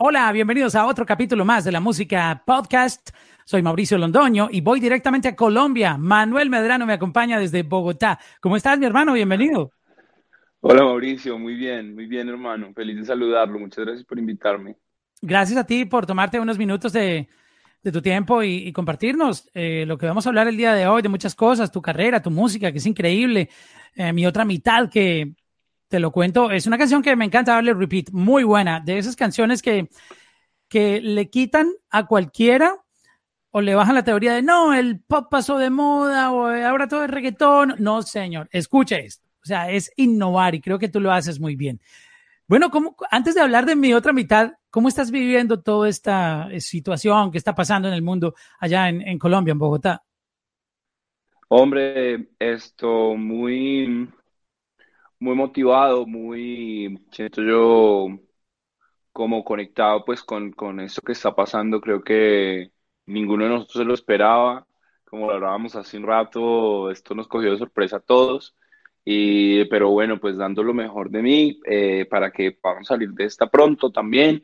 Hola, bienvenidos a otro capítulo más de la Música Podcast. Soy Mauricio Londoño y voy directamente a Colombia. Manuel Medrano me acompaña desde Bogotá. ¿Cómo estás, mi hermano? Bienvenido. Hola Mauricio, muy bien hermano, feliz de saludarlo, muchas gracias por invitarme. Gracias a ti por tomarte unos minutos de tu tiempo y compartirnos lo que vamos a hablar el día de hoy, de muchas cosas, tu carrera, tu música, que es increíble. Mi otra mitad, que te lo cuento, es una canción que me encanta darle repeat, muy buena, de esas canciones que le quitan a cualquiera o le bajan la teoría de no, el pop pasó de moda o ahora todo es reggaetón. No, señor, escuche esto. O sea, es innovar y creo que tú lo haces muy bien. Bueno, antes de hablar de mi otra mitad, ¿cómo estás viviendo toda esta situación que está pasando en el mundo allá en Colombia, en Bogotá? Hombre, esto muy motivado, siento yo como conectado pues con esto que está pasando, creo que ninguno de nosotros se lo esperaba, como lo hablábamos hace un rato, esto nos cogió de sorpresa a todos, pero bueno, pues dando lo mejor de mí para que podamos salir de esta pronto también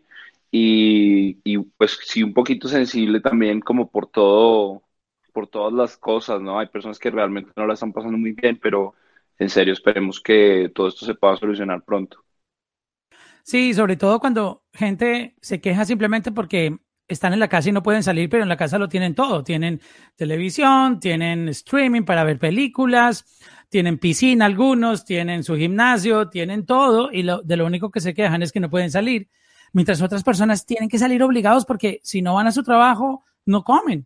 y pues sí un poquito sensible también como por todo, por todas las cosas, ¿no? Hay personas que realmente no la están pasando muy bien, pero en serio esperemos que todo esto se pueda solucionar pronto. Sí, sobre todo cuando gente se queja simplemente porque están en la casa y no pueden salir, pero en la casa lo tienen todo. Tienen televisión, tienen streaming para ver películas, tienen piscina algunos, tienen su gimnasio, tienen todo y de lo único que se quejan es que no pueden salir, mientras otras personas tienen que salir obligados porque si no van a su trabajo, no comen.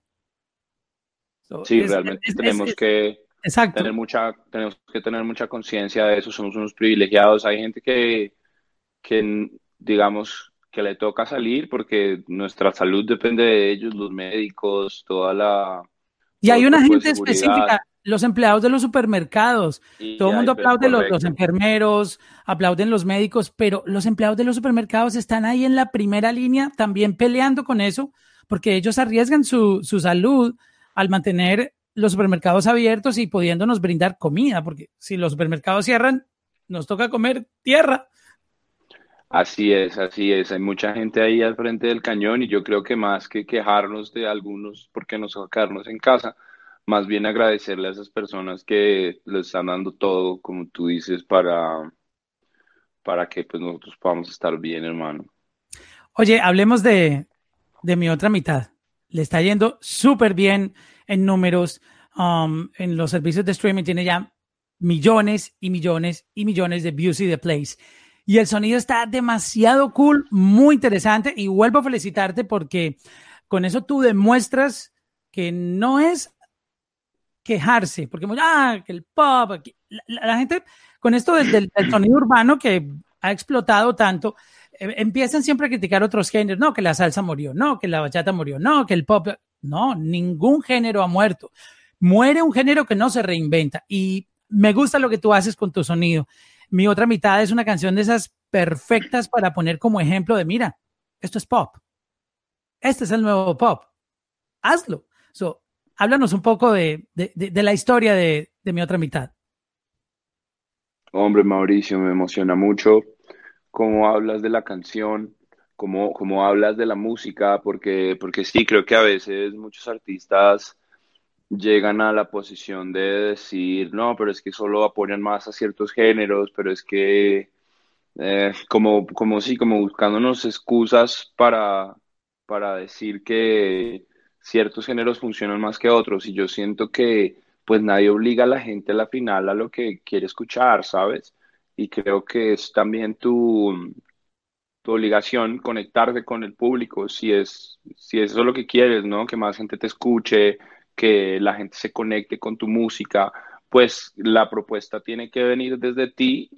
So, Sí, realmente exacto. tenemos que tener mucha conciencia de eso, somos unos privilegiados. Hay gente que, digamos, que le toca salir porque nuestra salud depende de ellos, los médicos, Y todo hay el una cuerpo de gente seguridad. específica, los empleados de los supermercados. Todo Y el hay, mundo aplaude los correcto. enfermeros, aplauden los médicos, pero los empleados de los supermercados están ahí en la primera línea también peleando con eso, porque ellos arriesgan su salud al mantener los supermercados abiertos y pudiéndonos brindar comida, porque si los supermercados cierran, nos toca comer tierra. Así es, así es. Hay mucha gente ahí al frente del cañón y yo creo que más que quejarnos de algunos porque nos toca quedarnos en casa, más bien agradecerle a esas personas que le están dando todo, como tú dices, para que pues nosotros podamos estar bien, hermano. Oye, hablemos de mi otra mitad. Le está yendo súper bien en números. En los servicios de streaming tiene ya millones y millones y millones de views y de plays. Y el sonido está demasiado cool, muy interesante. Y vuelvo a felicitarte porque con eso tú demuestras que no es quejarse, porque que el pop, la gente con esto del sonido urbano que ha explotado tanto, empiezan siempre a criticar otros géneros, no, que la salsa murió, no, que la bachata murió, no, que el pop, no, ningún género ha muerto. Muere un género que no se reinventa y me gusta lo que tú haces con tu sonido. Mi otra mitad es una canción de esas perfectas para poner como ejemplo de, mira, esto es pop, este es el nuevo pop, hazlo. So, háblanos un poco de la historia de mi otra mitad. Hombre, Mauricio, me emociona mucho cómo hablas de la canción, cómo hablas de la música, porque sí, creo que a veces muchos artistas llegan a la posición de decir, no, pero es que solo apoyan más a ciertos géneros, pero es que como sí, como buscándonos excusas para decir que ciertos géneros funcionan más que otros, y yo siento que pues nadie obliga a la gente a la final a lo que quiere escuchar, ¿sabes? Y creo que es también tu obligación conectarte con el público, si eso es lo que quieres, ¿no? Que más gente te escuche, que la gente se conecte con tu música, pues la propuesta tiene que venir desde ti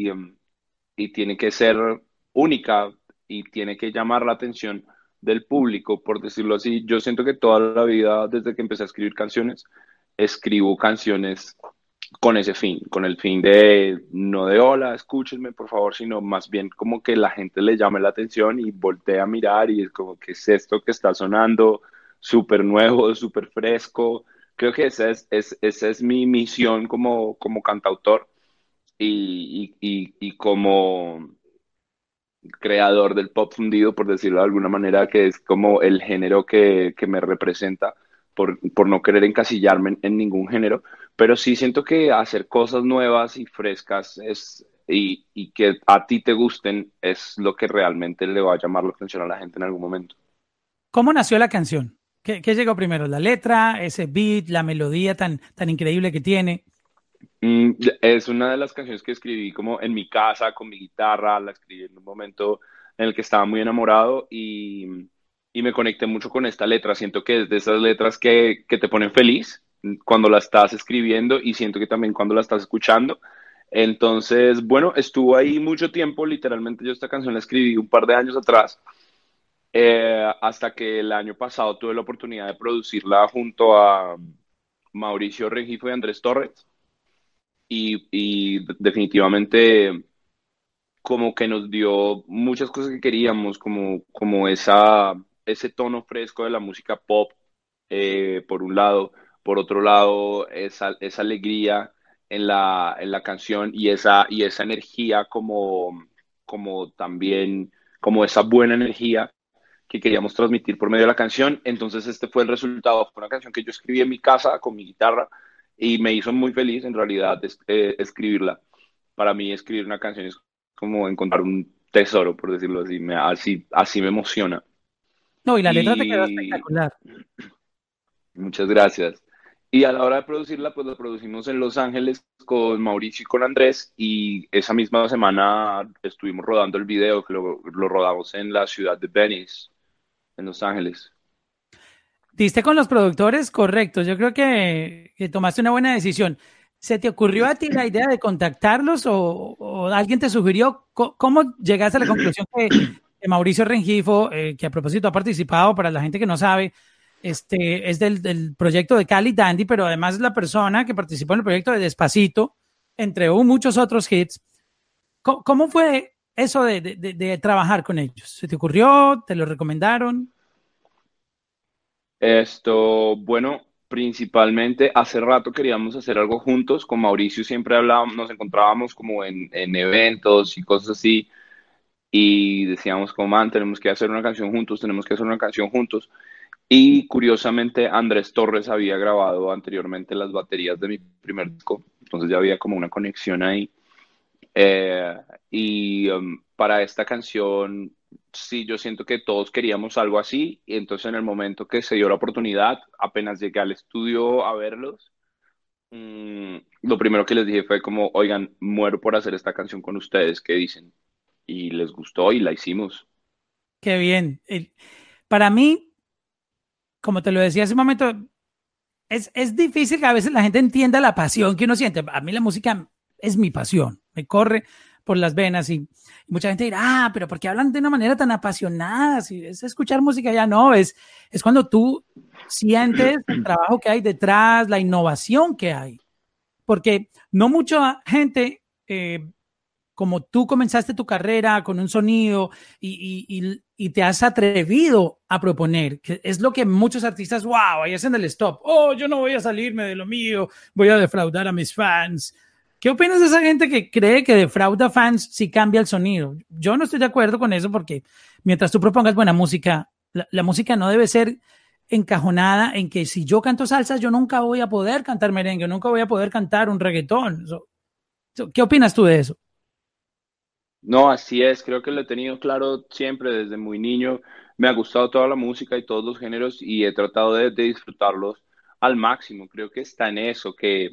y tiene que ser única y tiene que llamar la atención del público, por decirlo así. Yo siento que toda la vida, desde que empecé a escribir canciones, escribo canciones con ese fin, con el fin de no de hola, escúchenme por favor, sino más bien como que la gente le llame la atención y voltee a mirar y es como que es esto que está sonando súper nuevo, súper fresco. Creo que esa es mi misión como cantautor y como creador del pop fundido, por decirlo de alguna manera, que es como el género que me representa, por no querer encasillarme en ningún género, pero sí siento que hacer cosas nuevas y frescas y que a ti te gusten es lo que realmente le va a llamar la atención a la gente en algún momento. ¿Cómo nació la canción? ¿Qué llegó primero? ¿La letra, ese beat, la melodía tan increíble que tiene? Es una de las canciones que escribí como en mi casa con mi guitarra, la escribí en un momento en el que estaba muy enamorado y me conecté mucho con esta letra. Siento que es de esas letras que te ponen feliz cuando la estás escribiendo y siento que también cuando la estás escuchando. Entonces, bueno, estuvo ahí mucho tiempo, literalmente yo esta canción la escribí un par de años atrás, hasta que el año pasado tuve la oportunidad de producirla junto a Mauricio Rengifo y Andrés Torres y definitivamente como que nos dio muchas cosas que queríamos, como ese tono fresco de la música pop, por un lado, por otro lado, esa alegría en la canción y esa energía como también, como esa buena energía que queríamos transmitir por medio de la canción. Entonces este fue el resultado. Fue una canción que yo escribí en mi casa con mi guitarra y me hizo muy feliz en realidad escribirla. Para mí escribir una canción es como encontrar un tesoro, por decirlo así. Así me emociona. No, y la letra te quedó Y espectacular. muchas gracias. Y a la hora de producirla, pues la producimos en Los Ángeles con Mauricio y con Andrés. Y esa misma semana estuvimos rodando el video, que lo rodamos en la ciudad de Venice, en Los Ángeles. Diste con los productores correctos. Yo creo que tomaste una buena decisión. ¿Se te ocurrió a ti la idea de contactarlos o alguien te sugirió? ¿Cómo llegaste a la conclusión que Mauricio Rengifo, que a propósito ha participado, para la gente que no sabe, es del proyecto de Cali Dandy, pero además es la persona que participó en el proyecto de Despacito, entre muchos otros hits? ¿Cómo fue eso de trabajar con ellos? ¿Se te ocurrió? ¿Te lo recomendaron? Bueno, principalmente hace rato queríamos hacer algo juntos. Con Mauricio siempre hablábamos, nos encontrábamos como en eventos y cosas así. Y decíamos como, man, tenemos que hacer una canción juntos, tenemos que hacer una canción juntos. Y curiosamente, Andrés Torres había grabado anteriormente las baterías de mi primer disco. Entonces ya había como una conexión ahí. Para esta canción, sí, yo siento que todos queríamos algo así, y entonces en el momento que se dio la oportunidad, apenas llegué al estudio a verlos, lo primero que les dije fue como, oigan, muero por hacer esta canción con ustedes, ¿qué dicen? Y les gustó y la hicimos. Qué bien. Para mí, como te lo decía hace un momento, es difícil que a veces la gente entienda la pasión que uno siente. A mí la música es mi pasión, me corre por las venas y mucha gente dirá, pero ¿por qué hablan de una manera tan apasionada? Si es escuchar música ya no, es cuando tú sientes el trabajo que hay detrás, la innovación que hay, porque no mucha gente como tú comenzaste tu carrera con un sonido y te has atrevido a proponer, que es lo que muchos artistas, wow, ahí hacen el stop. Oh, yo no voy a salirme de lo mío, voy a defraudar a mis fans. ¿Qué opinas de esa gente que cree que defrauda fans si cambia el sonido? Yo no estoy de acuerdo con eso porque mientras tú propongas buena música, la música no debe ser encajonada en que si yo canto salsa, yo nunca voy a poder cantar merengue, nunca voy a poder cantar un reggaetón. ¿Qué opinas tú de eso? No, así es, creo que lo he tenido claro siempre desde muy niño. Me ha gustado toda la música y todos los géneros y he tratado de disfrutarlos al máximo. Creo que está en eso, que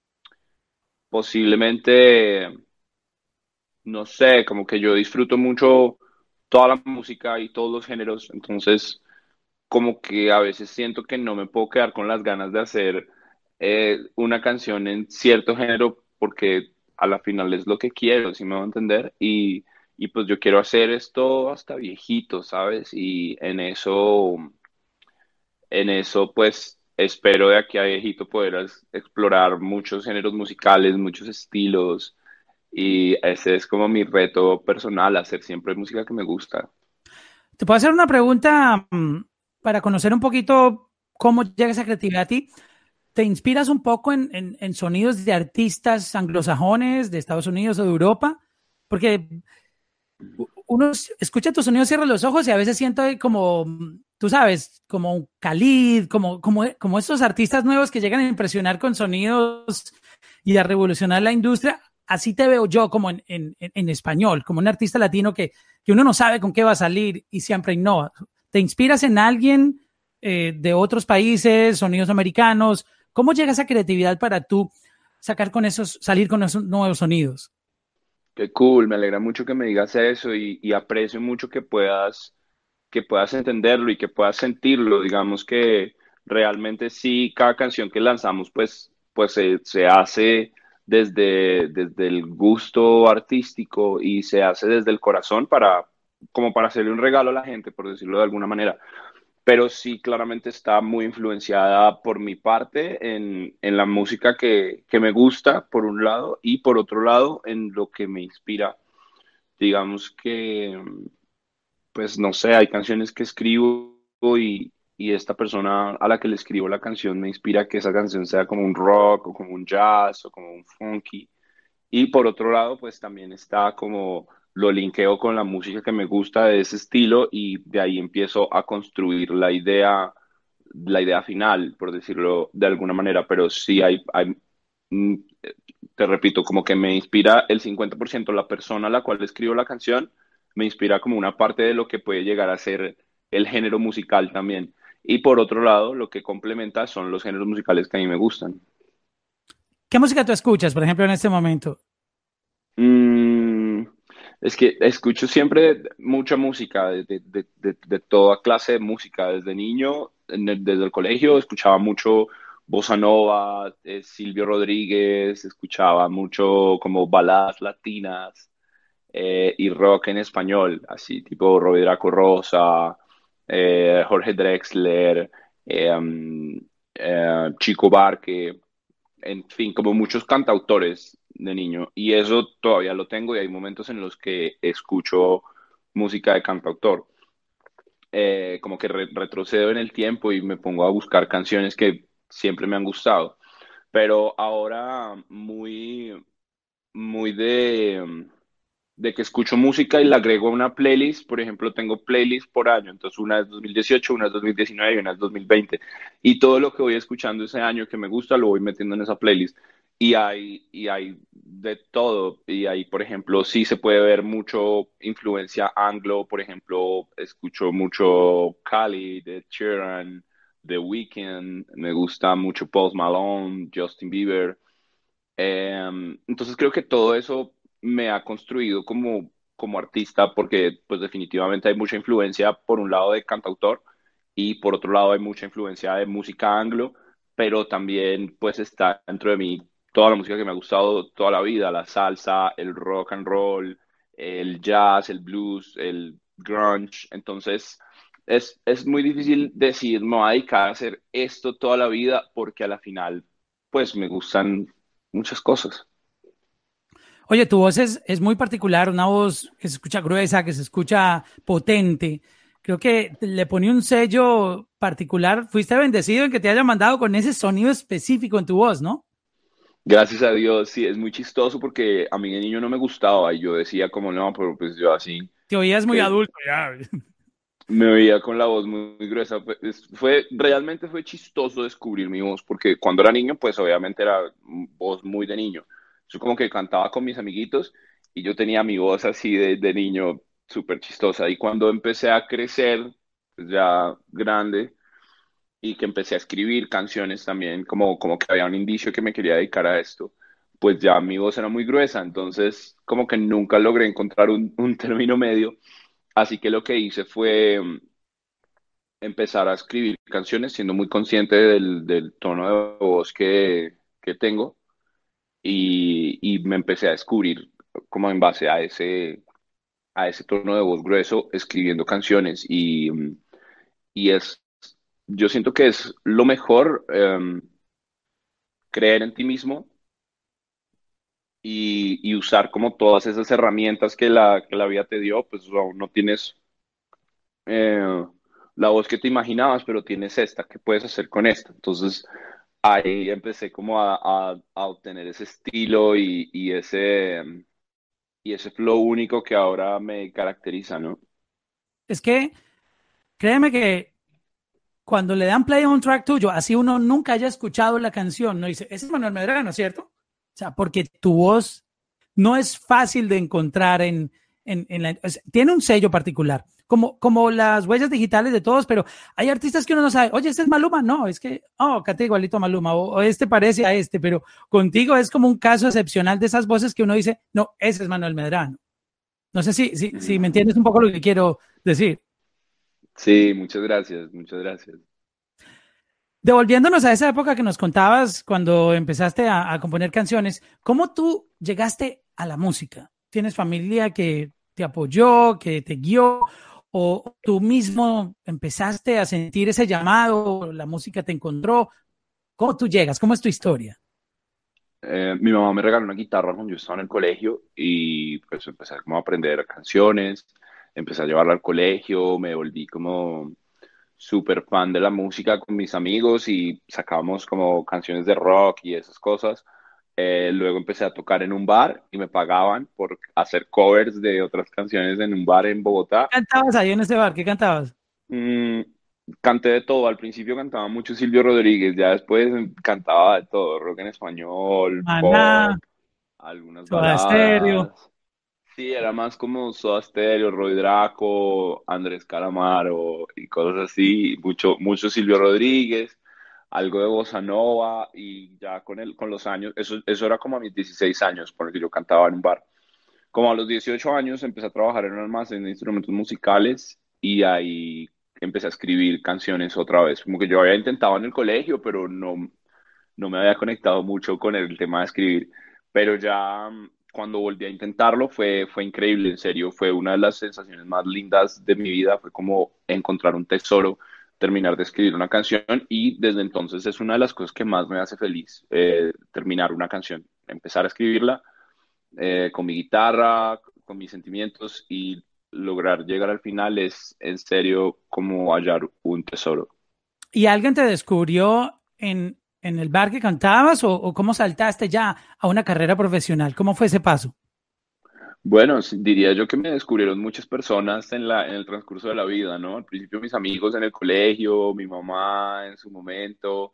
posiblemente, no sé, como que yo disfruto mucho toda la música y todos los géneros, entonces como que a veces siento que no me puedo quedar con las ganas de hacer una canción en cierto género porque a la final es lo que quiero, si me va a entender, y pues yo quiero hacer esto hasta viejito, ¿sabes? Y en eso pues espero de aquí a viejito poder explorar muchos géneros musicales, muchos estilos, y ese es como mi reto personal, hacer siempre música que me gusta. Te puedo hacer una pregunta para conocer un poquito cómo llega esa creatividad a ti. ¿Te inspiras un poco en sonidos de artistas anglosajones de Estados Unidos o de Europa? Porque uno escucha tus sonidos, cierra los ojos y a veces siento como, tú sabes, como un Khalid, como estos artistas nuevos que llegan a impresionar con sonidos y a revolucionar la industria. Así te veo yo como en español, como un artista latino que uno no sabe con qué va a salir y siempre innova. ¿Te inspiras en alguien de otros países, sonidos americanos? ¿Cómo llega esa creatividad para tú salir con esos nuevos sonidos? Qué cool, me alegra mucho que me digas eso y aprecio mucho que puedas entenderlo y que puedas sentirlo. Digamos que realmente sí, cada canción que lanzamos pues se hace desde el gusto artístico y se hace desde el corazón como para hacerle un regalo a la gente, por decirlo de alguna manera. Pero sí, claramente está muy influenciada por mi parte en la música que me gusta, por un lado, y por otro lado, en lo que me inspira. Digamos que pues no sé, hay canciones que escribo y esta persona a la que le escribo la canción me inspira que esa canción sea como un rock o como un jazz o como un funky. Y por otro lado, pues también está como lo linkeo con la música que me gusta de ese estilo y de ahí empiezo a construir la idea final, por decirlo de alguna manera. Pero sí mm, te repito, como que me inspira el 50% la persona a la cual escribo la canción, me inspira como una parte de lo que puede llegar a ser el género musical también. Y por otro lado, lo que complementa son los géneros musicales que a mí me gustan. ¿Qué música tú escuchas, por ejemplo, en este momento? Mm, es que escucho siempre mucha música, de toda clase de música. Desde niño, desde el colegio, escuchaba mucho bossa nova, Silvio Rodríguez, escuchaba mucho como baladas latinas y rock en español, así tipo Robbie Draco Rosa, Jorge Drexler, Chico Barque, en fin, como muchos cantautores de niño. Y eso todavía lo tengo y hay momentos en los que escucho música de cantautor. Como que retrocedo en el tiempo y me pongo a buscar canciones que siempre me han gustado. Pero ahora muy de que escucho música y la agrego a una playlist. Por ejemplo, tengo playlists por año, entonces una es 2018, una es 2019 y una es 2020. Y todo lo que voy escuchando ese año que me gusta lo voy metiendo en esa playlist. Y hay de todo. Y ahí, por ejemplo, sí se puede ver mucho influencia anglo. Por ejemplo, escucho mucho Khalid, Ed Sheeran, The Weeknd. Me gusta mucho Post Malone, Justin Bieber. Entonces creo que todo eso me ha construido como artista porque pues definitivamente hay mucha influencia por un lado de cantautor y por otro lado hay mucha influencia de música anglo, pero también pues está dentro de mí toda la música que me ha gustado toda la vida, la salsa, el rock and roll, el jazz, el blues, el grunge. Entonces es muy difícil decir, me voy a dedicar a hacer esto toda la vida porque a la final pues me gustan muchas cosas. Oye, tu voz es muy particular, una voz que se escucha gruesa, que se escucha potente. Creo que le pone un sello particular. Fuiste bendecido en que te haya mandado con ese sonido específico en tu voz, ¿no? Gracias a Dios, sí, es muy chistoso porque a mí de niño no me gustaba y yo decía como no, pero pues yo así, Te oías muy que adulto ya. me veía con la voz muy gruesa. Realmente fue chistoso descubrir mi voz porque cuando era niño, pues obviamente era voz muy de niño. Yo como que cantaba con mis amiguitos y yo tenía mi voz así de niño súper chistosa. Y cuando empecé a crecer, pues ya grande, y que empecé a escribir canciones también, como que había un indicio que me quería dedicar a esto, pues ya mi voz era muy gruesa, entonces como que nunca logré encontrar un término medio, así que lo que hice fue empezar a escribir canciones siendo muy consciente del tono de voz que tengo y me empecé a descubrir como en base a ese tono de voz grueso escribiendo canciones y yo siento que es lo mejor. Creer en ti mismo y usar como todas esas herramientas que la vida te dio, pues aún no tienes eh, la voz que te imaginabas, pero tienes esta, ¿qué puedes hacer con esta? Entonces ahí empecé como a obtener ese estilo y ese, y ese flow único que ahora me caracteriza, ¿no? Es que créeme que cuando le dan play a un track tuyo, así uno nunca haya escuchado la canción, no dice, ese es Manuel Medrano, ¿cierto? O sea, porque tu voz no es fácil de encontrar tiene un sello particular, como las huellas digitales de todos, pero hay artistas que uno no sabe, oye, este es Maluma, no, es que, oh, cate igualito a Maluma, o este parece a este, pero contigo es como un caso excepcional de esas voces que uno dice, no, ese es Manuel Medrano. No sé si me entiendes un poco lo que quiero decir. Sí, muchas gracias, muchas gracias. Devolviéndonos a esa época que nos contabas cuando empezaste a componer canciones, ¿cómo tú llegaste a la música? ¿Tienes familia que te apoyó, que te guió, o tú mismo empezaste a sentir ese llamado, la música te encontró? ¿Cómo tú llegas? ¿Cómo es tu historia? Mi mamá me regaló una guitarra cuando yo estaba en el colegio y pues empecé como a aprender canciones, empecé a llevarla al colegio, me volví como súper fan de la música con mis amigos y sacábamos como canciones de rock y esas cosas. Luego empecé a tocar en un bar y me pagaban por hacer covers de otras canciones en un bar en Bogotá. ¿Qué cantabas ahí en ese bar? ¿Qué cantabas? Mm, Canté de todo, al principio cantaba mucho Silvio Rodríguez, ya después cantaba de todo, rock en español, Maná, pop, algunas Soda Stereo. baladas. Sí, era más como Soda Stereo, Roy Draco, Andrés Calamaro y cosas así, mucho Silvio Rodríguez, algo de bossa nova y ya con los años, eso era como a mis 16 años, porque yo cantaba en un bar. Como a los 18 años empecé a trabajar en un almacén de instrumentos musicales y ahí empecé a escribir canciones otra vez. Como que yo había intentado en el colegio, pero no me había conectado mucho con el tema de escribir. Pero ya cuando volví a intentarlo fue increíble, en serio, fue una de las sensaciones más lindas de mi vida, fue como encontrar un tesoro, terminar de escribir una canción y desde entonces es una de las cosas que más me hace feliz, terminar una canción, empezar a escribirla con mi guitarra, con mis sentimientos y lograr llegar al final es en serio como hallar un tesoro. ¿Y alguien te descubrió en el bar que cantabas o cómo saltaste ya a una carrera profesional? ¿Cómo fue ese paso? Bueno, diría yo que me descubrieron muchas personas en el transcurso de la vida, ¿no? Al principio mis amigos en el colegio, mi mamá en su momento,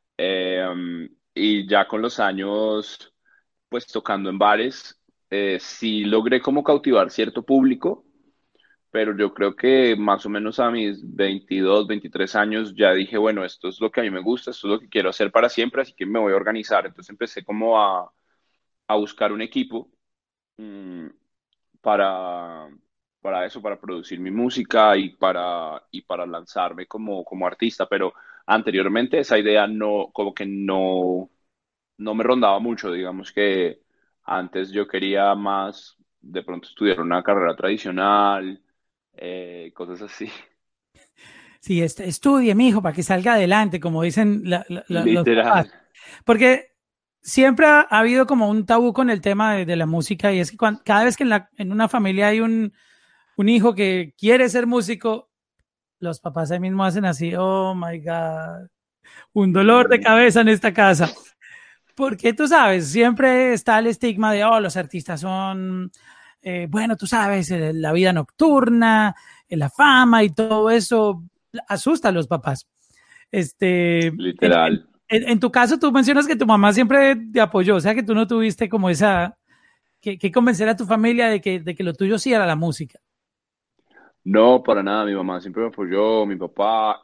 y ya con los años, pues tocando en bares, sí logré como cautivar cierto público, pero yo creo que más o menos a mis 22, 23 años ya dije, bueno, esto es lo que a mí me gusta, esto es lo que quiero hacer para siempre, así que me voy a organizar. Entonces empecé como a buscar un equipo mm, para, para eso, para producir mi música y para lanzarme como artista, pero anteriormente esa idea no, como que no me rondaba mucho, digamos que antes yo quería más de pronto estudiar una carrera tradicional, cosas así. Sí, estudie, mijo, para que salga adelante, como dicen los papás. Literal. Porque siempre ha habido como un tabú con el tema de la música y es que cada vez que en una familia hay un hijo que quiere ser músico, los papás ahí mismo hacen así, oh my God, un dolor de Mm, cabeza en esta casa. Porque tú sabes, siempre está el estigma de, oh, los artistas son, bueno, tú sabes, la vida nocturna, la fama y todo eso asusta a los papás. literal. En tu caso, tú mencionas que tu mamá siempre te apoyó, o sea que tú no tuviste como que convencer a tu familia de que lo tuyo sí era la música. No, para nada, mi mamá siempre me apoyó, mi papá,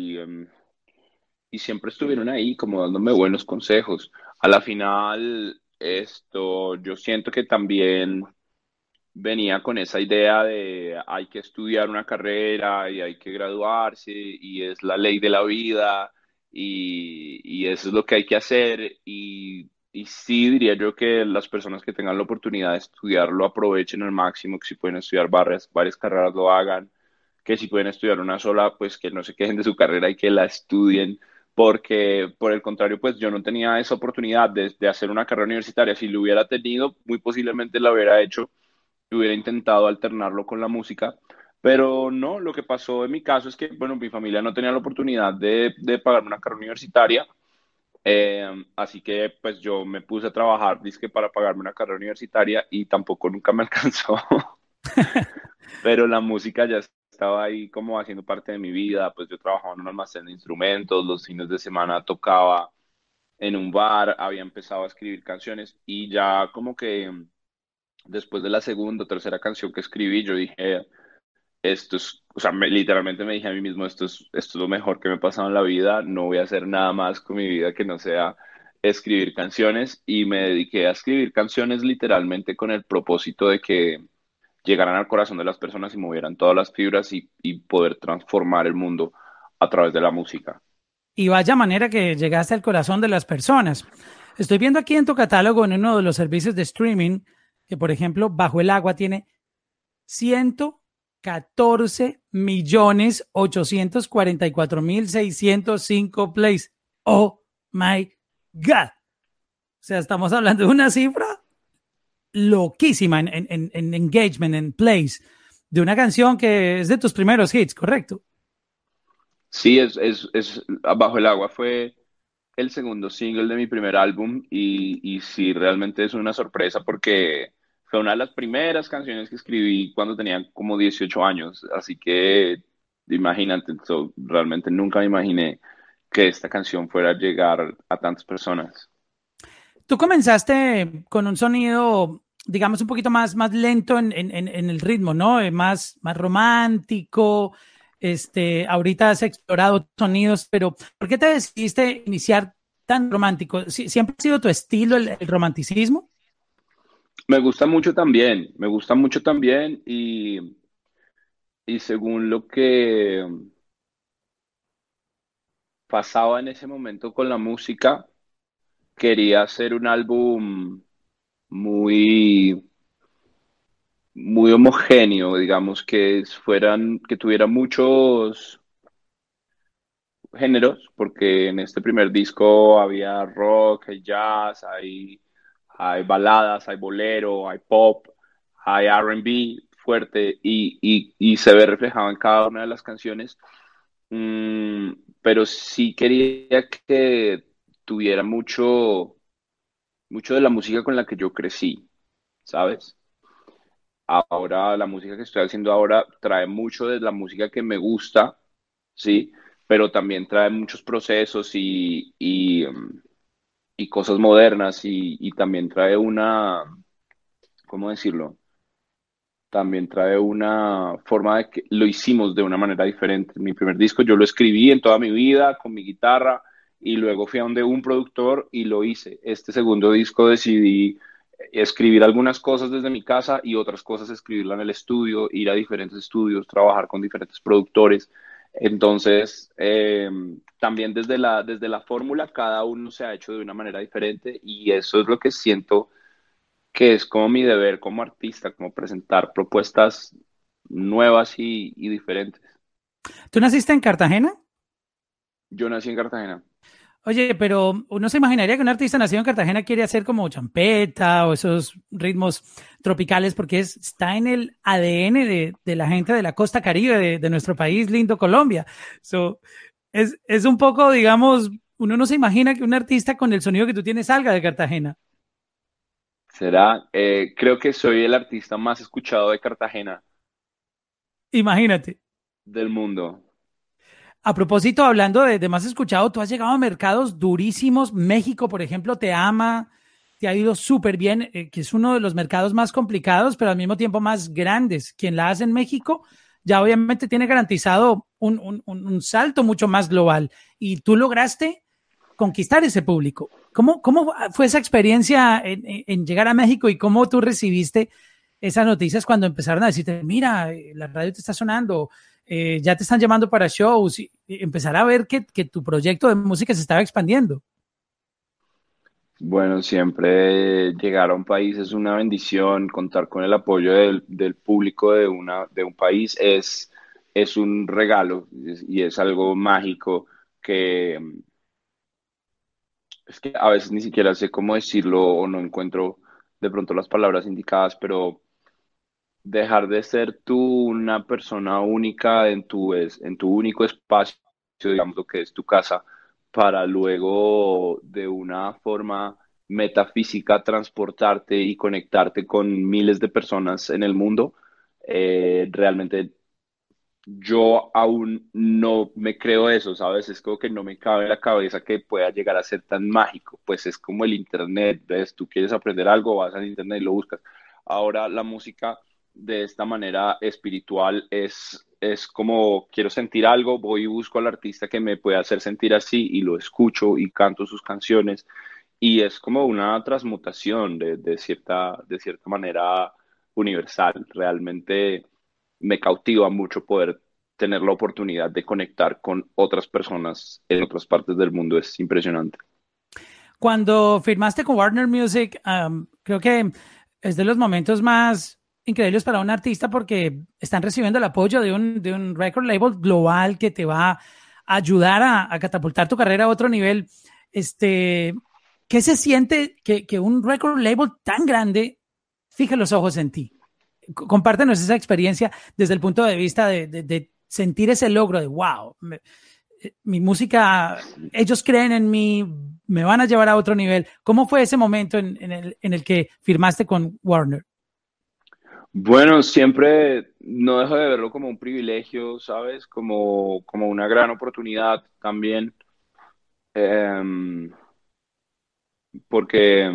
y siempre estuvieron ahí como dándome buenos consejos. A la final, esto, yo siento que también venía con esa idea de hay que estudiar una carrera y hay que graduarse y es la ley de la vida y eso es lo que hay que hacer y sí diría yo que las personas que tengan la oportunidad de estudiarlo aprovechen al máximo, que si pueden estudiar varias carreras lo hagan, que si pueden estudiar una sola, pues que no se quejen de su carrera y que la estudien. Porque por el contrario, pues yo no tenía esa oportunidad de hacer una carrera universitaria. Si lo hubiera tenido, muy posiblemente la hubiera hecho hubiera intentado alternarlo con la música, pero no, lo que pasó en mi caso es que, bueno, mi familia no tenía la oportunidad de pagar una carrera universitaria Así que pues yo me puse a trabajar, dizque para pagarme una carrera universitaria y tampoco nunca me alcanzó. Pero la música ya estaba ahí como haciendo parte de mi vida, pues yo trabajaba en un almacén de instrumentos, los fines de semana tocaba en un bar, había empezado a escribir canciones y ya como que después de la segunda o tercera canción que escribí, yo dije, esto es, o sea, literalmente me dije a mí mismo, esto es lo mejor que me ha pasado en la vida, no voy a hacer nada más con mi vida que no sea escribir canciones y me dediqué a escribir canciones literalmente con el propósito de que llegaran al corazón de las personas y movieran todas las fibras y poder transformar el mundo a través de la música. Y vaya manera que llegaste al corazón de las personas. Estoy viendo aquí en tu catálogo, en uno de los servicios de streaming, que por ejemplo, Bajo el Agua tiene 114.844.605 plays. Oh my God. O sea, estamos hablando de una cifra loquísima en engagement, en plays, de una canción que es de tus primeros hits, ¿correcto? Sí, Bajo el agua fue el segundo single de mi primer álbum y sí, realmente es una sorpresa porque fue una de las primeras canciones que escribí cuando tenía como 18 años, así que imagínate, realmente nunca me imaginé que esta canción fuera a llegar a tantas personas. Tú comenzaste con un sonido, digamos, un poquito más lento en el ritmo, ¿no? Más romántico. Ahorita has explorado sonidos, pero ¿por qué te decidiste iniciar tan romántico? ¿Siempre ha sido tu estilo el romanticismo? Me gusta mucho también y según lo que pasaba en ese momento con la música, quería hacer un álbum muy, muy homogéneo, digamos, que tuviera muchos géneros, porque en este primer disco había rock, hay jazz, hay baladas, hay bolero, hay pop, hay R&B fuerte y se ve reflejado en cada una de las canciones. Mm, pero sí quería que tuviera mucho de la música con la que yo crecí, ¿sabes? Ahora la música que estoy haciendo ahora trae mucho de la música que me gusta, sí, pero también trae muchos procesos y cosas modernas y también trae ¿cómo decirlo? También trae una forma de que lo hicimos de una manera diferente. Mi primer disco yo lo escribí en toda mi vida con mi guitarra y luego fui a donde un productor y lo hice. Este segundo disco decidí escribir algunas cosas desde mi casa y otras cosas escribirla en el estudio, ir a diferentes estudios, trabajar con diferentes productores. Entonces, también desde la fórmula, cada uno se ha hecho de una manera diferente y eso es lo que siento que es como mi deber como artista, como presentar propuestas nuevas y diferentes. ¿Tú naciste en Cartagena? Yo nací en Cartagena. Oye, pero uno se imaginaría que un artista nacido en Cartagena quiere hacer como champeta o esos ritmos tropicales porque está en el ADN de la gente de la costa Caribe de nuestro país lindo Colombia. So, es un poco, digamos, uno no se imagina que un artista con el sonido que tú tienes salga de Cartagena. Será, creo que soy el artista más escuchado de Cartagena Imagínate. del mundo. A propósito, hablando de más escuchado, tú has llegado a mercados durísimos. México, por ejemplo, te ama, te ha ido súper bien, que es uno de los mercados más complicados, pero al mismo tiempo más grandes. Quien la hace en México ya obviamente tiene garantizado un salto mucho más global. Y tú lograste conquistar ese público. ¿Cómo fue esa experiencia en llegar a México y cómo tú recibiste esas noticias cuando empezaron a decirte, mira, la radio te está sonando, ya te están llamando para shows, y empezar a ver que tu proyecto de música se estaba expandiendo? Bueno, siempre llegar a un país es una bendición, contar con el apoyo del público de un país es un regalo y es algo mágico que es que a veces ni siquiera sé cómo decirlo o no encuentro de pronto las palabras indicadas, pero dejar de ser tú una persona única en en tu único espacio, digamos lo que es tu casa, para luego de una forma metafísica transportarte y conectarte con miles de personas en el mundo. Realmente yo aún no me creo eso, ¿sabes? Es como que no me cabe en la cabeza que pueda llegar a ser tan mágico. Pues es como el Internet, ¿ves? Tú quieres aprender algo, vas al Internet y lo buscas. Ahora la música de esta manera espiritual es como quiero sentir algo, voy y busco al artista que me pueda hacer sentir así y lo escucho y canto sus canciones. Y es como una transmutación de cierta manera universal. Realmente me cautiva mucho poder tener la oportunidad de conectar con otras personas en otras partes del mundo. Es impresionante. Cuando firmaste con Warner Music, creo que es de los momentos más increíbles para un artista porque están recibiendo el apoyo de un record label global que te va a ayudar a catapultar tu carrera a otro nivel. Este, ¿Qué se siente que un record label tan grande fije los ojos en ti? Compártenos esa experiencia desde el punto de vista de sentir ese logro de wow, mi música, ellos creen en mí, me van a llevar a otro nivel. ¿Cómo fue ese momento en el que firmaste con Warner? Bueno, siempre no dejo de verlo como un privilegio, ¿sabes? Como una gran oportunidad también, eh, porque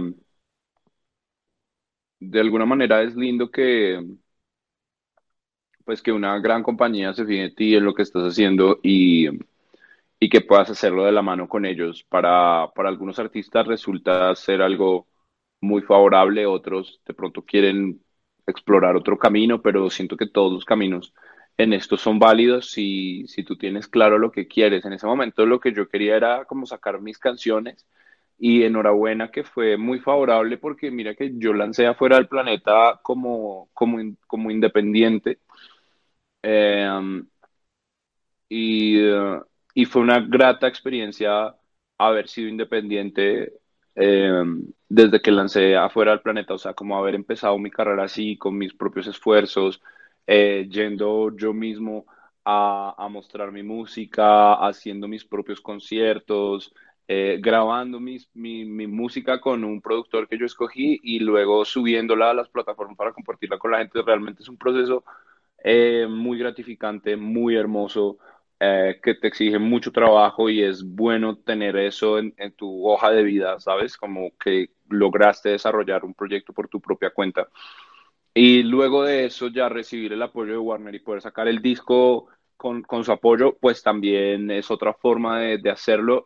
de alguna manera es lindo que, pues, que una gran compañía se fije en ti, en lo que estás haciendo y que puedas hacerlo de la mano con ellos. Para algunos artistas resulta ser algo muy favorable, otros de pronto quieren explorar otro camino, pero siento que todos los caminos en esto son válidos si tú tienes claro lo que quieres. En ese momento lo que yo quería era como sacar mis canciones y enhorabuena que fue muy favorable porque mira que yo lancé afuera del planeta como independiente. Eh, y, eh, y fue una grata experiencia haber sido independiente eh, desde que lancé afuera del planeta, o sea, como haber empezado mi carrera así, con mis propios esfuerzos, yendo yo mismo a mostrar mi música, haciendo mis propios conciertos, grabando mi música con un productor que yo escogí y luego subiéndola a las plataformas para compartirla con la gente. Realmente es un proceso muy gratificante, muy hermoso, que te exige mucho trabajo y es bueno tener eso en tu hoja de vida, ¿sabes? Como que lograste desarrollar un proyecto por tu propia cuenta. Y luego de eso ya recibir el apoyo de Warner y poder sacar el disco con su apoyo, pues también es otra forma de hacerlo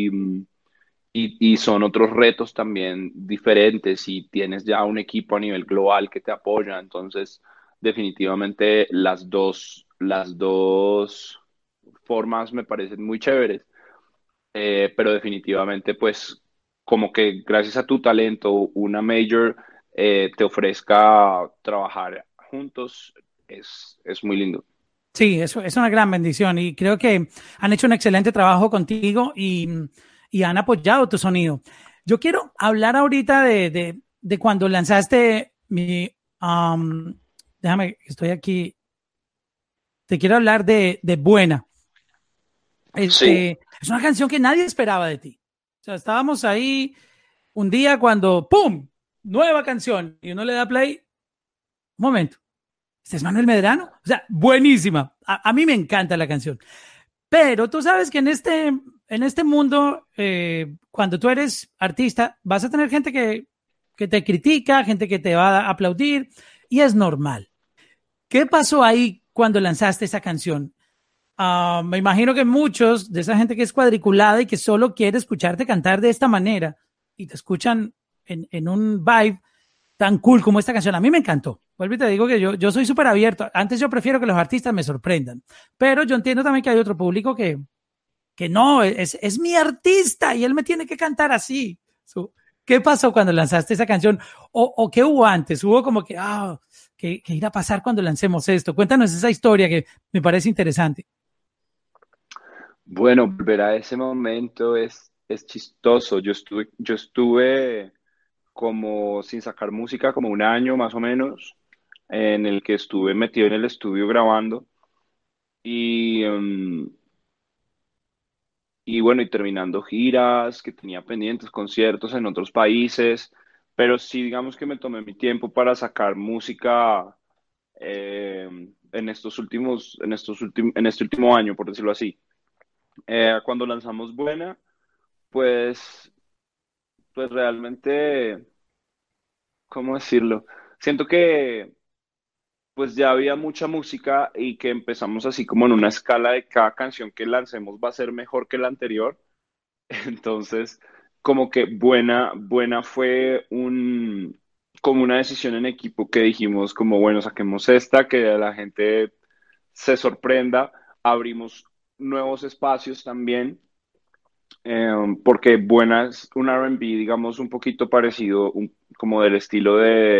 y son otros retos también diferentes y tienes ya un equipo a nivel global que te apoya. Entonces, definitivamente las dos formas me parecen muy chéveres, pero definitivamente pues como que gracias a tu talento una major te ofrezca trabajar juntos es muy lindo. Sí, eso es una gran bendición y creo que han hecho un excelente trabajo contigo y han apoyado tu sonido. Yo quiero hablar ahorita de cuando lanzaste déjame, estoy aquí, te quiero hablar de Buena. Sí, Es una canción que nadie esperaba de ti. O sea, estábamos ahí un día cuando, ¡pum! Nueva canción. Y uno le da play. Un momento. ¿Este es Manuel Medrano? O sea, buenísima. A mí me encanta la canción. Pero tú sabes que en este mundo, cuando tú eres artista, vas a tener gente que te critica, gente que te va a aplaudir, y es normal. ¿Qué pasó ahí cuando lanzaste esa canción? Me imagino que muchos de esa gente que es cuadriculada y que solo quiere escucharte cantar de esta manera y te escuchan en un vibe tan cool como esta canción. A mí me encantó. Vuelvo y te digo que yo soy súper abierto. Antes yo prefiero que los artistas me sorprendan, pero yo entiendo también que hay otro público que no, es mi artista y él me tiene que cantar así. ¿Qué pasó cuando lanzaste esa canción? ¿O qué hubo antes? ¿Hubo como que, que irá a pasar cuando lancemos esto? Cuéntanos esa historia que me parece interesante. bueno, volver a ese momento es chistoso. Yo estuve como sin sacar música como un año más o menos, en el que estuve metido en el estudio grabando y, y bueno, y terminando giras que tenía pendientes, conciertos en otros países, pero sí, digamos que me tomé mi tiempo para sacar música en este último año, por decirlo así. Cuando lanzamos Buena, pues, pues realmente, ¿cómo decirlo? Siento que pues ya había mucha música y que empezamos así como en una escala de cada canción que lancemos va a ser mejor que la anterior. Entonces, como que buena fue como una decisión en equipo que dijimos como, bueno, saquemos esta, que la gente se sorprenda, abrimos nuevos espacios también, porque buena es un R&B, digamos, un poquito parecido, como del estilo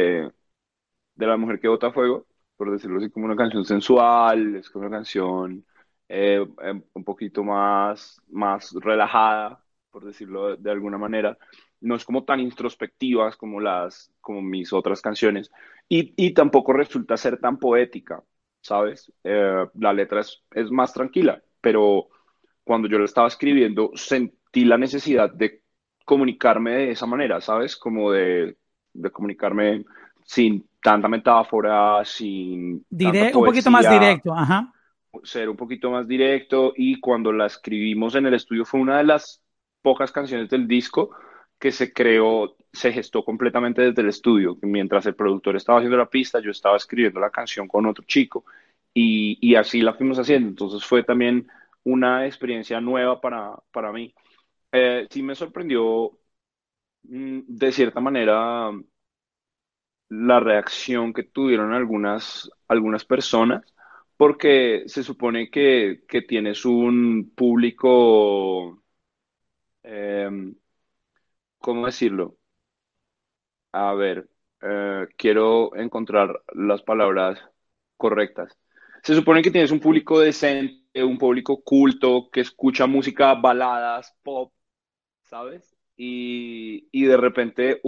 de La Mujer que Bota Fuego, por decirlo así, como una canción sensual, es como una canción un poquito más relajada, por decirlo de alguna manera. No es como tan introspectivas como mis otras canciones. Y tampoco resulta ser tan poética, ¿sabes? La letra es más tranquila, pero cuando yo lo estaba escribiendo sentí la necesidad de comunicarme de esa manera, ¿sabes? Como de comunicarme sin tanta metáfora, sin tanta Un poquito más poesía, directo, ajá. ser un poquito más directo. Y cuando la escribimos en el estudio fue una de las pocas canciones del disco que se creó, se gestó completamente desde el estudio. Mientras el productor estaba haciendo la pista, yo estaba escribiendo la canción con otro chico y así la fuimos haciendo. Entonces fue también una experiencia nueva para mí. Sí me sorprendió de cierta manera la reacción que tuvieron algunas personas, porque se supone que tienes un público, eh, ¿cómo decirlo? A ver, quiero encontrar las palabras correctas. Se supone que tienes un público decente, un público culto, que escucha música, baladas, pop, ¿sabes? Y de repente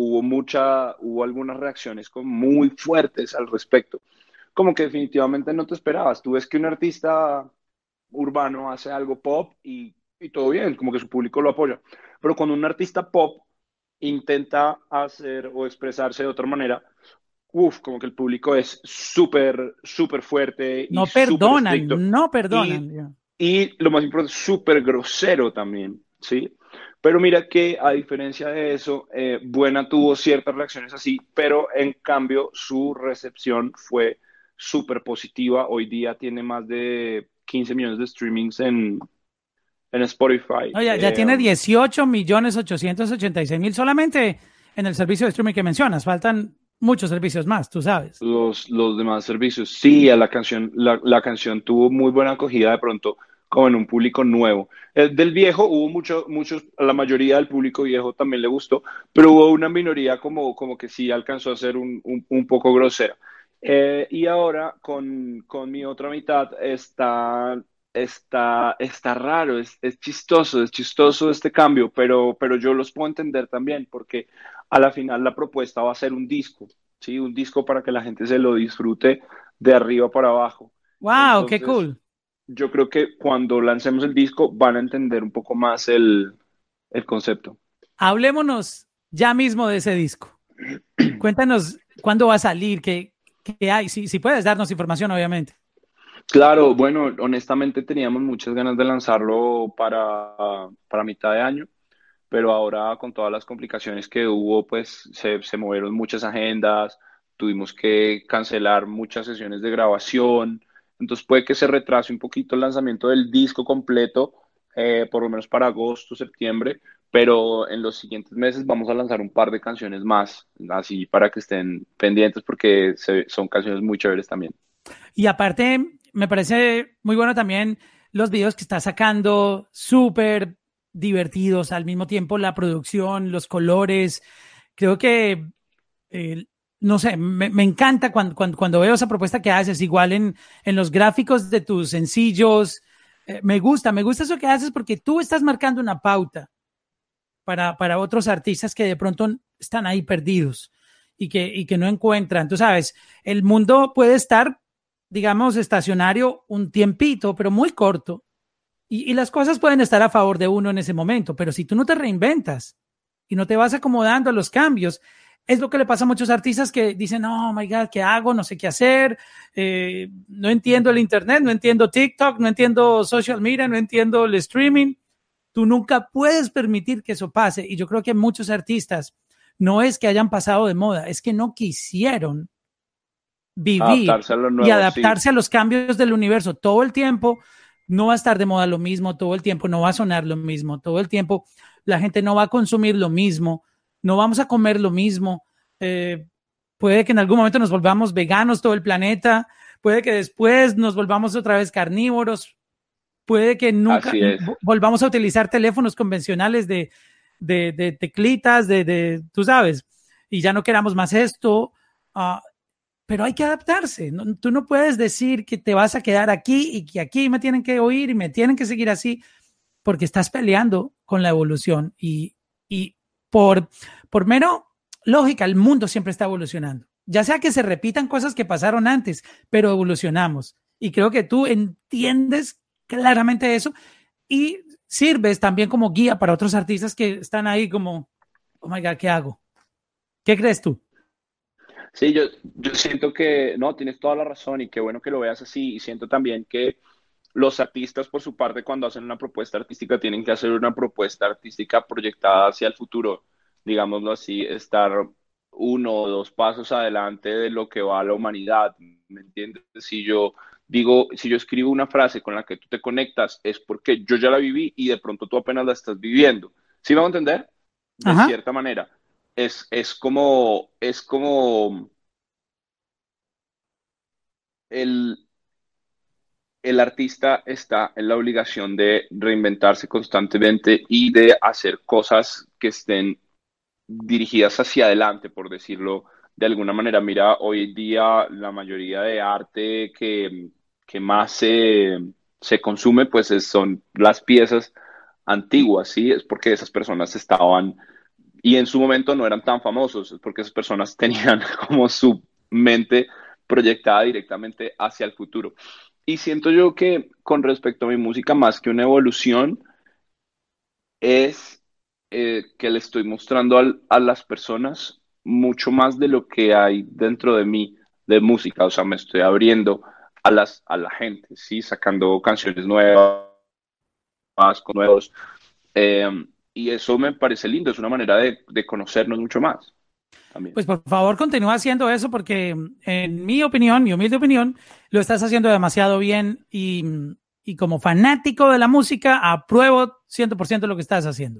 hubo algunas reacciones como muy fuertes al respecto, como que definitivamente no te esperabas. Tú ves que un artista urbano hace algo pop y todo bien, como que su público lo apoya, pero cuando un artista pop intenta hacer o expresarse de otra manera, como que el público es súper fuerte y No súper perdonan, estricto. no perdonan. Y y lo más importante, súper grosero también, ¿sí? Pero mira que a diferencia de eso, Buena tuvo ciertas reacciones así, pero en cambio su recepción fue súper positiva. Hoy día tiene más de 15 millones de streamings en Spotify. No, ya tiene 18.886.000 solamente en el servicio de streaming que mencionas. Faltan muchos servicios más, tú sabes. Los demás servicios. Sí, a la canción tuvo muy buena acogida de pronto, como en un público nuevo. Del viejo hubo muchos, a la mayoría del público viejo también le gustó, pero hubo una minoría como que sí alcanzó a ser un poco grosera. Y ahora con mi otra mitad está raro, es chistoso este cambio, pero yo los puedo entender también, porque a la final la propuesta va a ser un disco. ¿Sí? Un disco para que la gente se lo disfrute de arriba para abajo. ¡Wow! ¡Qué Entonces, cool! yo creo que cuando lancemos el disco van a entender un poco más el concepto. Hablémonos ya mismo de ese disco. Cuéntanos cuándo va a salir, qué hay, si puedes darnos información, obviamente. Claro, bueno, honestamente teníamos muchas ganas de lanzarlo para mitad de año, pero ahora con todas las complicaciones que hubo, pues se movieron muchas agendas, tuvimos que cancelar muchas sesiones de grabación, entonces puede que se retrase un poquito el lanzamiento del disco completo, por lo menos para agosto, septiembre, pero en los siguientes meses vamos a lanzar un par de canciones más, así para que estén pendientes porque son canciones muy chéveres también. Y aparte, me parece muy bueno también los videos que está sacando, súper divertidos, al mismo tiempo la producción, los colores. Creo que, eh, no sé, me encanta cuando veo esa propuesta que haces, igual en los gráficos de tus sencillos. Me gusta eso que haces porque tú estás marcando una pauta para otros artistas que de pronto están ahí perdidos y que no encuentran. Tú sabes, el mundo puede estar, digamos, estacionario un tiempito, pero muy corto. y las cosas pueden estar a favor de uno en ese momento, pero si tú no te reinventas y no te vas acomodando a los cambios, es lo que le pasa a muchos artistas que dicen, oh my God, ¿qué hago? No sé qué hacer, no entiendo el internet, no entiendo TikTok, no entiendo social media, no entiendo el streaming. Tú nunca puedes permitir que eso pase. Y yo creo que muchos artistas no es que hayan pasado de moda, es que no quisieron vivir Adaptarse a lo y nuevo, sí. adaptarse a los cambios del universo. Todo el tiempo no va a estar de moda lo mismo, todo el tiempo no va a sonar lo mismo, todo el tiempo la gente no va a consumir lo mismo, no vamos a comer lo mismo. Puede que en algún momento nos volvamos veganos todo el planeta, puede que después nos volvamos otra vez carnívoros, puede que nunca Así es. volvamos a utilizar teléfonos convencionales de teclitas, tú sabes, y ya no queramos más esto. Pero hay que adaptarse. No, tú no puedes decir que te vas a quedar aquí y que aquí me tienen que oír y me tienen que seguir así, porque estás peleando con la evolución y por mero lógica, el mundo siempre está evolucionando. Ya sea que se repitan cosas que pasaron antes, pero evolucionamos. Y creo que tú entiendes claramente eso y sirves también como guía para otros artistas que están ahí como, oh my God, ¿qué hago? ¿Qué crees tú? Sí, yo siento que, no, tienes toda la razón y qué bueno que lo veas así. Y siento también que los artistas, por su parte, cuando hacen una propuesta artística, tienen que hacer una propuesta artística proyectada hacia el futuro, digámoslo así, estar uno o dos pasos adelante de lo que va a la humanidad. ¿Me entiendes? Si yo digo, si yo escribo una frase con la que tú te conectas, es porque yo ya la viví y de pronto tú apenas la estás viviendo. ¿Sí me va a entender? De Ajá. cierta manera. Es como el, el artista está en la obligación de reinventarse constantemente y de hacer cosas que estén dirigidas hacia adelante, por decirlo de alguna manera. Mira, hoy en día la mayoría de arte que más se consume, pues son las piezas antiguas, ¿sí? Es porque esas personas estaban, y en su momento no eran tan famosos, es porque esas personas tenían como su mente proyectada directamente hacia el futuro. Y siento yo que con respecto a mi música, más que una evolución, es que le estoy mostrando a las personas mucho más de lo que hay dentro de mí de música. O sea, me estoy abriendo a la gente, ¿sí? Sacando canciones nuevas, con nuevos. eh, y eso me parece lindo, es una manera de conocernos mucho más también. Pues por favor continúa haciendo eso porque en mi opinión, mi humilde opinión, lo estás haciendo demasiado bien y como fanático de la música, apruebo 100% lo que estás haciendo.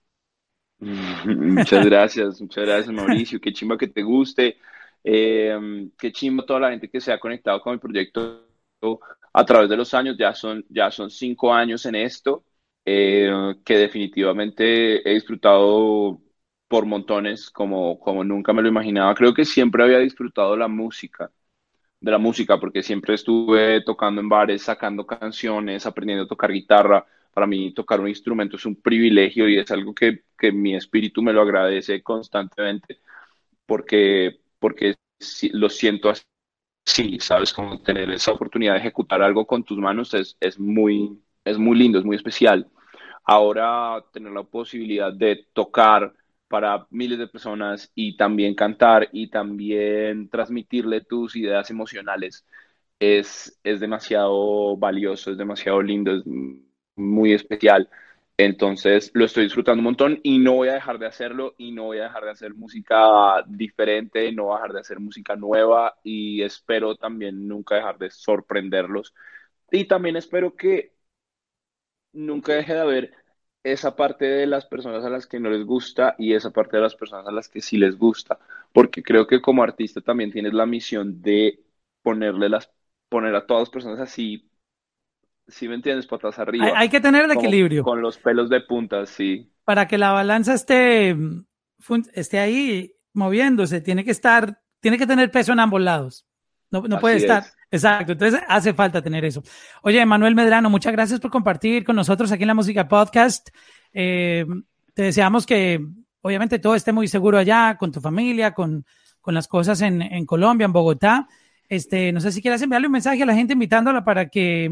Muchas gracias Mauricio, qué chimba que te guste, qué chimba toda la gente que se ha conectado con mi proyecto a través de los años, ya son 5 años en esto, que definitivamente he disfrutado por montones como nunca me lo imaginaba. Creo que siempre había disfrutado de la música, porque siempre estuve tocando en bares, sacando canciones, aprendiendo a tocar guitarra. Para mí tocar un instrumento es un privilegio y es algo que mi espíritu me lo agradece constantemente porque lo siento así, ¿sabes? Como tener esa oportunidad de ejecutar algo con tus manos es muy lindo, es muy especial. Ahora tener la posibilidad de tocar para miles de personas y también cantar y también transmitirle tus ideas emocionales es demasiado valioso, es demasiado lindo, es muy especial. Entonces lo estoy disfrutando un montón y no voy a dejar de hacerlo y no voy a dejar de hacer música diferente, no voy a dejar de hacer música nueva y espero también nunca dejar de sorprenderlos. Y también espero que nunca deje de haber esa parte de las personas a las que no les gusta y esa parte de las personas a las que sí les gusta, porque creo que como artista también tienes la misión de ponerle las, poner a todas las personas así, si me entiendes, patas arriba, Hay que tener el como equilibrio con los pelos de punta, sí, para que la balanza esté ahí moviéndose, tiene que tener peso en ambos lados. No, no puede así estar. es. Exacto. Entonces hace falta tener eso. Oye, Manuel Medrano, muchas gracias por compartir con nosotros aquí en la Música Podcast. Eh, Te deseamos que obviamente todo esté muy seguro allá, con tu familia, con las cosas en Colombia, en Bogotá. No sé si quieras enviarle un mensaje a la gente invitándola para que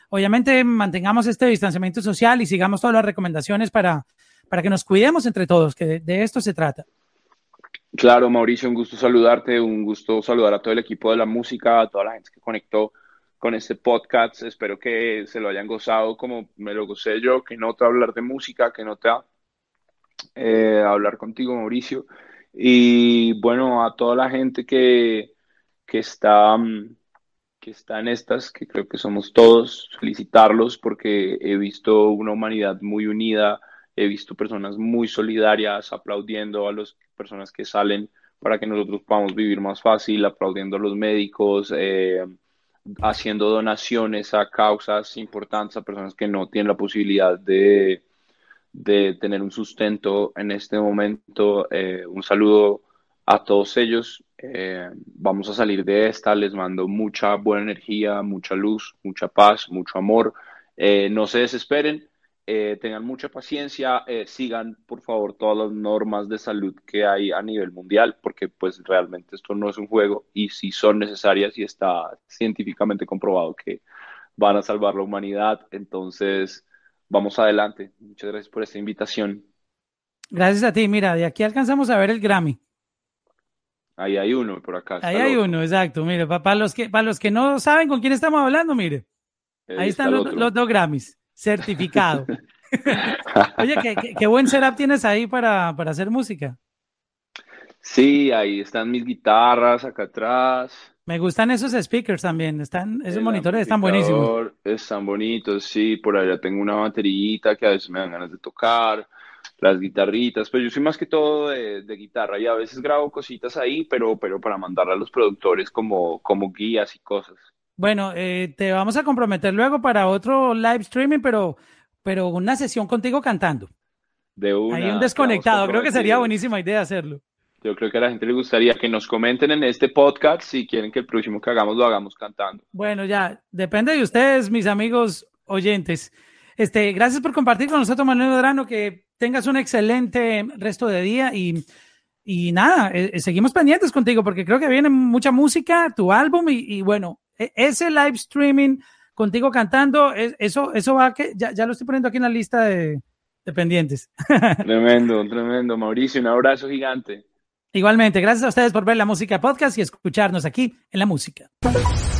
obviamente mantengamos este distanciamiento social y sigamos todas las recomendaciones para que nos cuidemos entre todos, que de esto se trata. Claro, Mauricio, un gusto saludarte, un gusto saludar a todo el equipo de la música, a toda la gente que conectó con este podcast. Espero que se lo hayan gozado como me lo gocé yo, que nota hablar de música, que nota hablar contigo, Mauricio. Y bueno, a toda la gente que está, que está en estas, que creo que somos todos, felicitarlos porque he visto una humanidad muy unida, he visto personas muy solidarias aplaudiendo a las personas que salen para que nosotros podamos vivir más fácil, aplaudiendo a los médicos, haciendo donaciones a causas importantes, a personas que no tienen la posibilidad de tener un sustento en este momento. Un saludo a todos ellos. Vamos a salir de esta. Les mando mucha buena energía, mucha luz, mucha paz, mucho amor. No se desesperen. Tengan mucha paciencia, sigan por favor todas las normas de salud que hay a nivel mundial, porque pues realmente esto no es un juego y sí son necesarias y está científicamente comprobado que van a salvar la humanidad. Entonces, vamos adelante. Muchas gracias por esta invitación. Gracias a ti. Mira, de aquí alcanzamos a ver el Grammy. Ahí hay uno, por acá Ahí está el hay otro. uno, exacto. Mire, para los que no saben con quién estamos hablando, mire, Ahí ahí está están el los otro. dos Grammys, certificado. Oye, qué buen setup tienes ahí para hacer música. Sí, ahí están mis guitarras acá atrás. Me gustan esos speakers también, esos El monitores están buenísimos. amplificador, están bonitos, sí, por allá tengo una baterita que a veces me dan ganas de tocar, las guitarritas, pues yo soy más que todo de guitarra y a veces grabo cositas ahí, pero para mandarle a los productores como guías y cosas. Bueno, te vamos a comprometer luego para otro live streaming, pero una sesión contigo cantando. De Hay un una, quedamos desconectado, creo que sería comprometidos. buenísima idea hacerlo. Yo creo que a la gente le gustaría que nos comenten en este podcast si quieren que el próximo que hagamos lo hagamos cantando. Bueno, ya, depende de ustedes, mis amigos oyentes. Gracias por compartir con nosotros, Manuel Medrano, que tengas un excelente resto de día y nada, seguimos pendientes contigo porque creo que viene mucha música, tu álbum y bueno, ese live streaming contigo cantando, eso va que ya lo estoy poniendo aquí en la lista de pendientes. Tremendo, tremendo. Mauricio, un abrazo gigante. Igualmente, gracias a ustedes por ver la música podcast y escucharnos aquí en la música.